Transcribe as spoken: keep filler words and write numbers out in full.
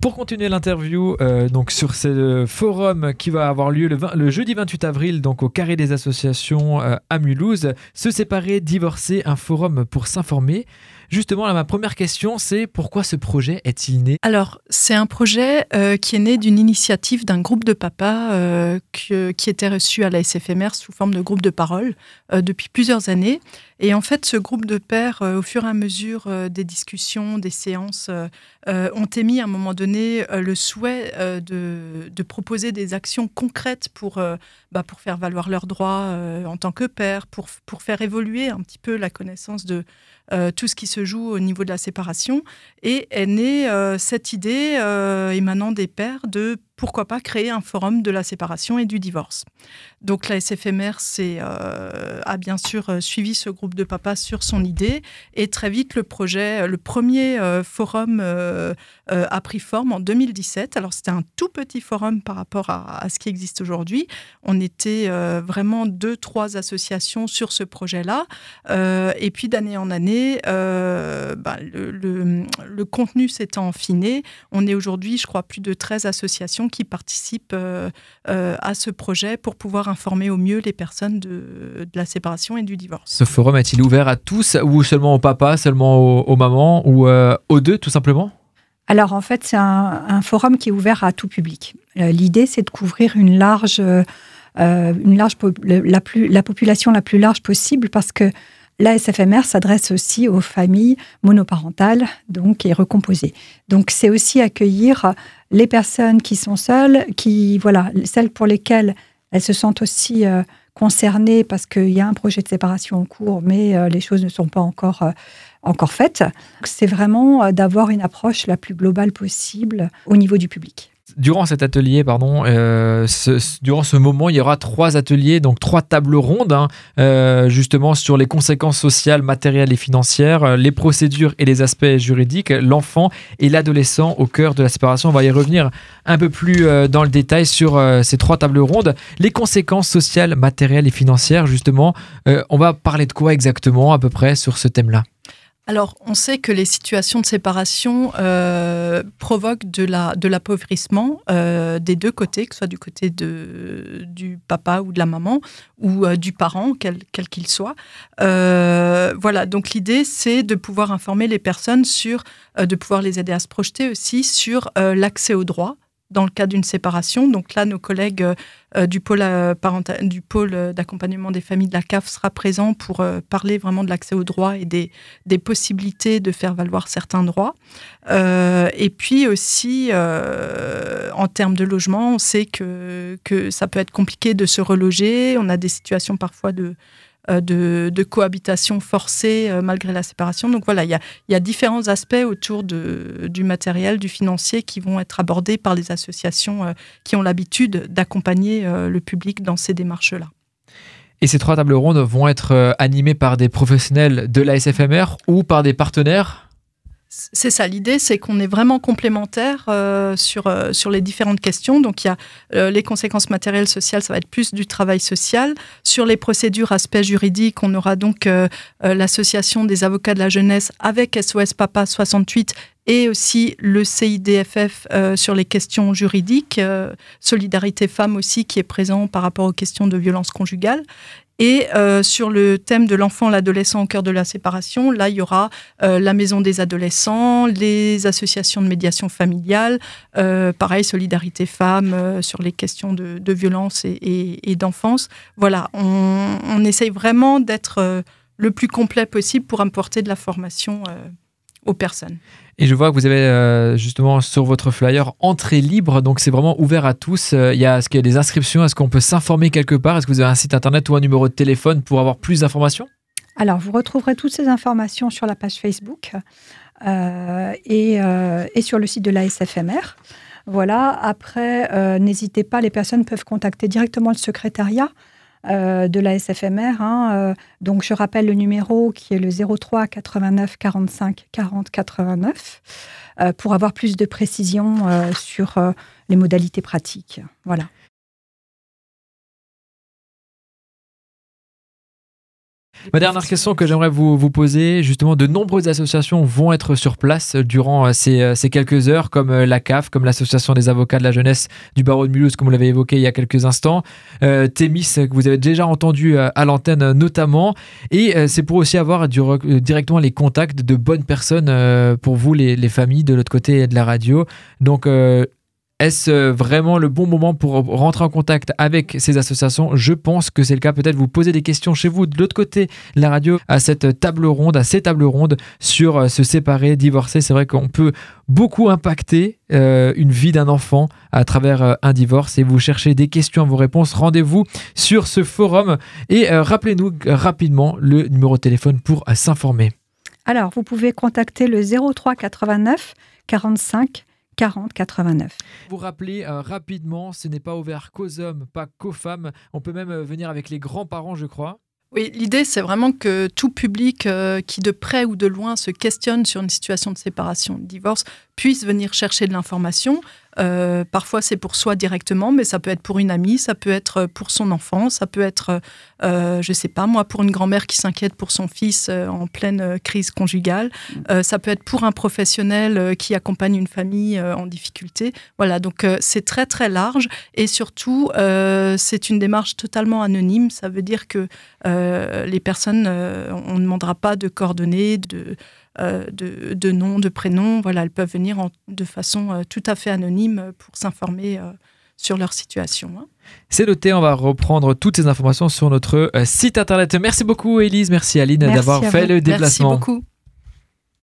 Pour continuer l'interview, euh, donc sur ce forum qui va avoir lieu le, vingt, le jeudi vingt-huit avril, donc au Carré des Associations euh, à Mulhouse, se séparer, divorcer, un forum pour s'informer. Justement, là, ma première question, c'est pourquoi ce projet est-il né ? Alors, c'est un projet euh, qui est né d'une initiative d'un groupe de papas euh, que, qui était reçu à la S F M R sous forme de groupe de parole euh, depuis plusieurs années. Et en fait, ce groupe de pairs, euh, au fur et à mesure euh, des discussions, des séances, euh, euh, ont émis à un moment donné euh, le souhait euh, de, de proposer des actions concrètes pour, euh, bah, pour faire valoir leurs droits euh, en tant que pairs, pour, pour faire évoluer un petit peu la connaissance de euh, tout ce qui se joue au niveau de la séparation. Et est née euh, cette idée euh, émanant des pairs de pourquoi pas créer un forum de la séparation et du divorce. Donc la S F M R c'est, euh, a bien sûr euh, suivi ce groupe de papas sur son idée et très vite le projet, le premier euh, forum euh, euh, a pris forme en deux mille dix-sept. Alors c'était un tout petit forum par rapport à, à ce qui existe aujourd'hui. On était euh, vraiment deux, trois associations sur ce projet-là. Euh, et puis d'année en année, euh, bah, le, le, le contenu s'étant affiné, on est aujourd'hui, je crois, plus de treize associations qui participent euh, euh, à ce projet pour pouvoir informer au mieux les personnes de, de la séparation et du divorce. Ce forum est-il ouvert à tous ou seulement aux papas, seulement aux, aux mamans ou euh, aux deux tout simplement ? Alors en fait, c'est un, un forum qui est ouvert à tout public. Euh, l'idée, c'est de couvrir une large, euh, une large la, plus, la population la plus large possible parce que la S F M R s'adresse aussi aux familles monoparentales donc, et recomposées. Donc, c'est aussi accueillir les personnes qui sont seules, qui, voilà, celles pour lesquelles elles se sentent aussi euh, concernées parce qu'il y a un projet de séparation en cours, mais euh, les choses ne sont pas encore, euh, encore faites. C'est vraiment euh, d'avoir une approche la plus globale possible au niveau du public. Durant cet atelier, pardon, euh, ce, durant ce moment, il y aura trois ateliers, donc trois tables rondes, hein, euh, justement sur les conséquences sociales, matérielles et financières, les procédures et les aspects juridiques, l'enfant et l'adolescent au cœur de la séparation. On va y revenir un peu plus euh, dans le détail sur euh, ces trois tables rondes. Les conséquences sociales, matérielles et financières, justement, euh, on va parler de quoi exactement à peu près sur ce thème-là ? Alors, on sait que les situations de séparation euh, provoquent de, la, de l'appauvrissement euh, des deux côtés, que ce soit du côté de, du papa ou de la maman, ou euh, du parent, quel, quel qu'il soit. Euh, voilà, donc l'idée, c'est de pouvoir informer les personnes sur, euh, de pouvoir les aider à se projeter aussi sur euh, l'accès aux droits dans le cas d'une séparation. Donc là, nos collègues euh, du, pôle, euh, parenta- du pôle d'accompagnement des familles de la C A F sera présent pour euh, parler vraiment de l'accès aux droits et des, des possibilités de faire valoir certains droits. Euh, et puis aussi, euh, en termes de logement, on sait que, que ça peut être compliqué de se reloger. On a des situations parfois de... De, de cohabitation forcée euh, malgré la séparation. Donc voilà, il y a, y a différents aspects autour de, du matériel, du financier qui vont être abordés par les associations euh, qui ont l'habitude d'accompagner euh, le public dans ces démarches-là. Et ces trois tables rondes vont être euh, animées par des professionnels de la S F M R ou par des partenaires ? C'est ça, l'idée, c'est qu'on est vraiment complémentaires euh, sur, euh, sur les différentes questions. Donc, il y a euh, les conséquences matérielles, sociales, ça va être plus du travail social. Sur les procédures, aspects juridiques, on aura donc euh, euh, l'association des avocats de la jeunesse avec S O S Papa soixante-huit et aussi le C I D F F euh, sur les questions juridiques, euh, Solidarité Femmes aussi qui est présent par rapport aux questions de violence conjugale. Et euh, sur le thème de l'enfant, l'adolescent au cœur de la séparation, là, il y aura euh, la maison des adolescents, les associations de médiation familiale, euh, pareil, Solidarité Femmes euh, sur les questions de, de violence et, et, et d'enfance. Voilà, on, on essaye vraiment d'être euh, le plus complet possible pour apporter de la formation euh, aux personnes. Et je vois que vous avez euh, justement sur votre flyer entrée libre, donc c'est vraiment ouvert à tous. Euh, il y a, est-ce qu'il y a des inscriptions ? Est-ce qu'on peut s'informer quelque part ? Est-ce que vous avez un site internet ou un numéro de téléphone pour avoir plus d'informations ? Alors, vous retrouverez toutes ces informations sur la page Facebook euh, et, euh, et sur le site de la S F M R. Voilà, après, euh, n'hésitez pas, les personnes peuvent contacter directement le secrétariat Euh, de la S F M R. Hein, euh, donc, je rappelle le numéro qui est le zéro trois quatre-vingt-neuf quarante-cinq quarante quatre-vingt-neuf euh, pour avoir plus de précisions euh, sur euh, les modalités pratiques. Voilà. Ma dernière question que j'aimerais vous, vous poser, justement, de nombreuses associations vont être sur place durant ces, ces quelques heures, comme la C A F, comme l'Association des avocats de la jeunesse du barreau de Mulhouse, comme vous l'avez évoqué il y a quelques instants, euh, Thémis, que vous avez déjà entendu à l'antenne notamment, et euh, c'est pour aussi avoir du, directement les contacts de bonnes personnes euh, pour vous, les, les familles de l'autre côté de la radio. Donc, euh, est-ce vraiment le bon moment pour rentrer en contact avec ces associations ? Je pense que c'est le cas. Peut-être vous poser des questions chez vous de l'autre côté de la radio à cette table ronde, à ces tables rondes sur se séparer, divorcer. C'est vrai qu'on peut beaucoup impacter euh, une vie d'un enfant à travers euh, un divorce. Et vous cherchez des questions à vos réponses, rendez-vous sur ce forum. Et euh, rappelez-nous rapidement le numéro de téléphone pour euh, s'informer. Alors, vous pouvez contacter le zéro trois quatre-vingt-neuf quarante-cinq quarante quatre-vingt-neuf. Vous rappelez euh, rapidement, ce n'est pas ouvert qu'aux hommes, pas qu'aux femmes. On peut même euh, venir avec les grands-parents, je crois. Oui, l'idée, c'est vraiment que tout public euh, qui, de près ou de loin, se questionne sur une situation de séparation, de divorce, puisse venir chercher de l'information. Euh, parfois, c'est pour soi directement, mais ça peut être pour une amie, ça peut être pour son enfant, ça peut être, euh, je ne sais pas, moi, pour une grand-mère qui s'inquiète pour son fils euh, en pleine euh, crise conjugale. Euh, ça peut être pour un professionnel euh, qui accompagne une famille euh, en difficulté. Voilà, donc euh, c'est très, très large. Et surtout, euh, c'est une démarche totalement anonyme. Ça veut dire que euh, les personnes, euh, on ne demandera pas de coordonnées, de... Euh, de, de nom, de prénom. Voilà, elles peuvent venir en, de façon euh, tout à fait anonyme pour s'informer euh, sur leur situation. Hein. C'est noté, on va reprendre toutes ces informations sur notre euh, site internet. Merci beaucoup Élise, merci Aline merci d'avoir fait le déplacement. Merci beaucoup.